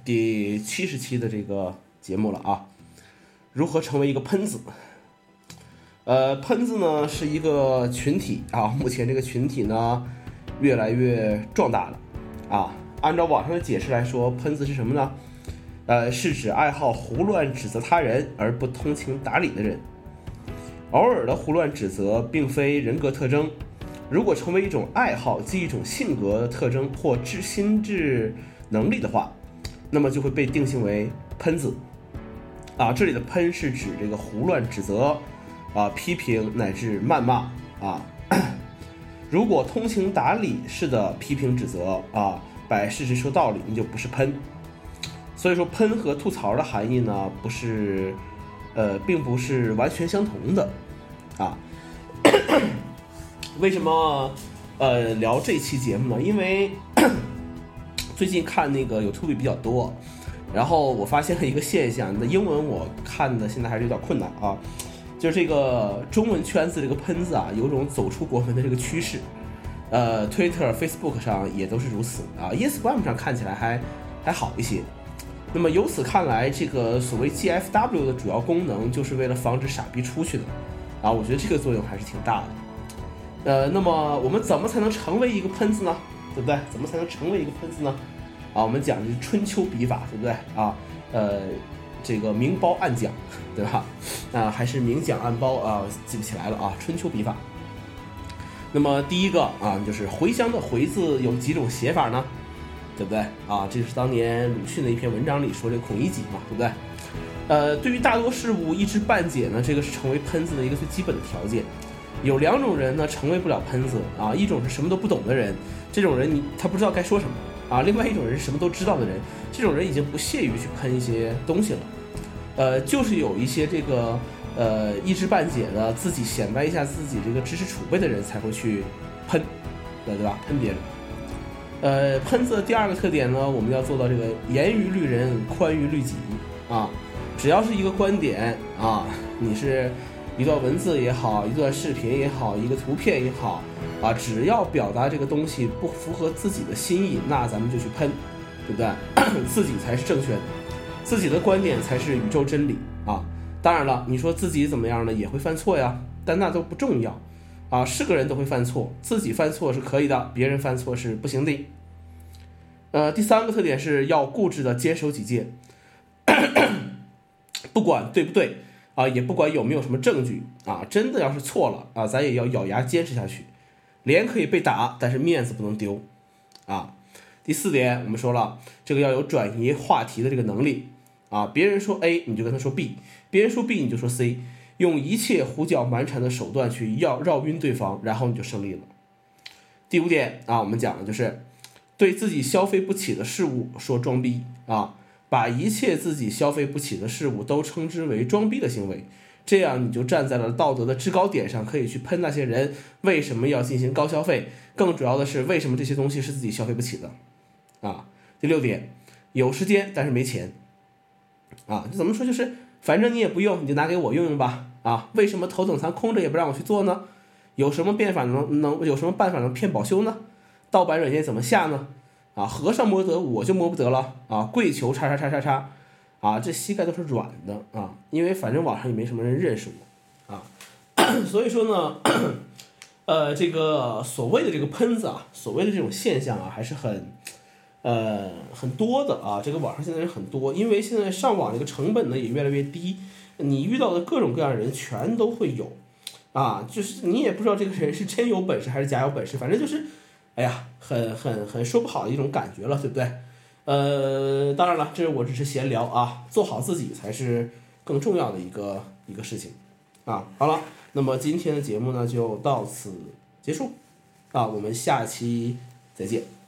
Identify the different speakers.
Speaker 1: 第70期的这个节目了啊。如何成为一个喷子？喷子呢是一个群体啊，目前这个群体呢越来越壮大了啊。按照网上的解释来说，喷子是什么呢？是指爱好胡乱指责他人而不通情达理的人。偶尔的胡乱指责并非人格特征，如果成为一种爱好即一种性格特征或心智能力的话，那么就会被定性为喷子啊。这里的喷是指这个胡乱指责啊、批评乃至谩骂啊。如果通情达理式的批评指责啊，摆事实说道理，你就不是喷。所以说喷和吐槽的含义呢，并不是完全相同的啊。为什么聊这期节目呢？因为最近看那个 YouTube 比较多，然后我发现了一个现象，那英文我看的现在还是有点困难啊，就是这个中文圈子这个喷子啊，有种走出国门的这个趋势。Twitter、Facebook 上也都是如此啊 ，Instagram 上看起来还好一些。那么由此看来，这个所谓 GFW 的主要功能就是为了防止傻逼出去的啊，我觉得这个作用还是挺大的。那么我们怎么才能成为一个喷子呢？对不对？怎么才能成为一个喷子呢？啊，我们讲的是春秋笔法，对不对啊？这个明褒暗奖，对吧？还是明讲暗褒啊，记不起来了啊。春秋笔法。那么第一个啊，就是茴香的茴字有几种写法呢？对不对啊？这是当年鲁迅的一篇文章里说这孔乙己嘛，对不对？对于大多事物一知半解呢，这个是成为喷子的一个最基本的条件。有两种人呢成为不了喷子啊，一种是什么都不懂的人，这种人他不知道该说什么啊；另外一种人是什么都知道的人，这种人已经不屑于去喷一些东西了。就是有一些这个一知半解的，自己显摆一下自己这个知识储备的人才会去喷，对吧？喷别人。喷子的第二个特点呢，我们要做到这个严于律人，宽于律己啊。只要是一个观点啊，你是一段文字也好，一段视频也好，一个图片也好啊，只要表达这个东西不符合自己的心意，那咱们就去喷，对不对？自己才是正确的，自己的观点才是宇宙真理啊。当然了，你说自己怎么样呢？也会犯错呀，但那都不重要啊。是个人都会犯错，自己犯错是可以的，别人犯错是不行的。第三个特点是要固执的坚守己见，不管对不对啊，也不管有没有什么证据啊，真的要是错了啊，咱也要咬牙坚持下去。脸可以被打，但是面子不能丢啊。第四点，我们说了，这个要有转移话题的这个能力啊。别人说 A， 你就跟他说 B； 别人说 B， 你就说 C， 用一切胡搅蛮缠的手段去绕晕对方，然后你就胜利了。第五点啊，我们讲的就是对自己消费不起的事物说装逼啊，把一切自己消费不起的事物都称之为装逼的行为，这样你就站在了道德的制高点上，可以去喷那些人为什么要进行高消费，更主要的是为什么这些东西是自己消费不起的啊。第六点，有时间但是没钱啊，这怎么说，就是反正你也不用，你就拿给我用用吧啊，为什么头等舱空着也不让我去做呢？有什么办法能骗保修呢？盗版软件怎么下呢？啊，和尚摸得我就摸不得了啊！跪求叉叉叉叉叉啊，这膝盖都是软的啊，因为反正网上也没什么人认识我啊，所以说呢，这个所谓的这个喷子啊，所谓的这种现象啊，还是很多的啊。这个网上现在人很多，因为现在上网这个成本呢也越来越低，你遇到的各种各样的人全都会有啊，就是你也不知道这个人是真有本事还是假有本事，反正就是。哎呀，很说不好的一种感觉了，对不对？当然了，这我只是闲聊啊，做好自己才是更重要的一个事情啊。好了，那么今天的节目呢就到此结束啊，我们下期再见。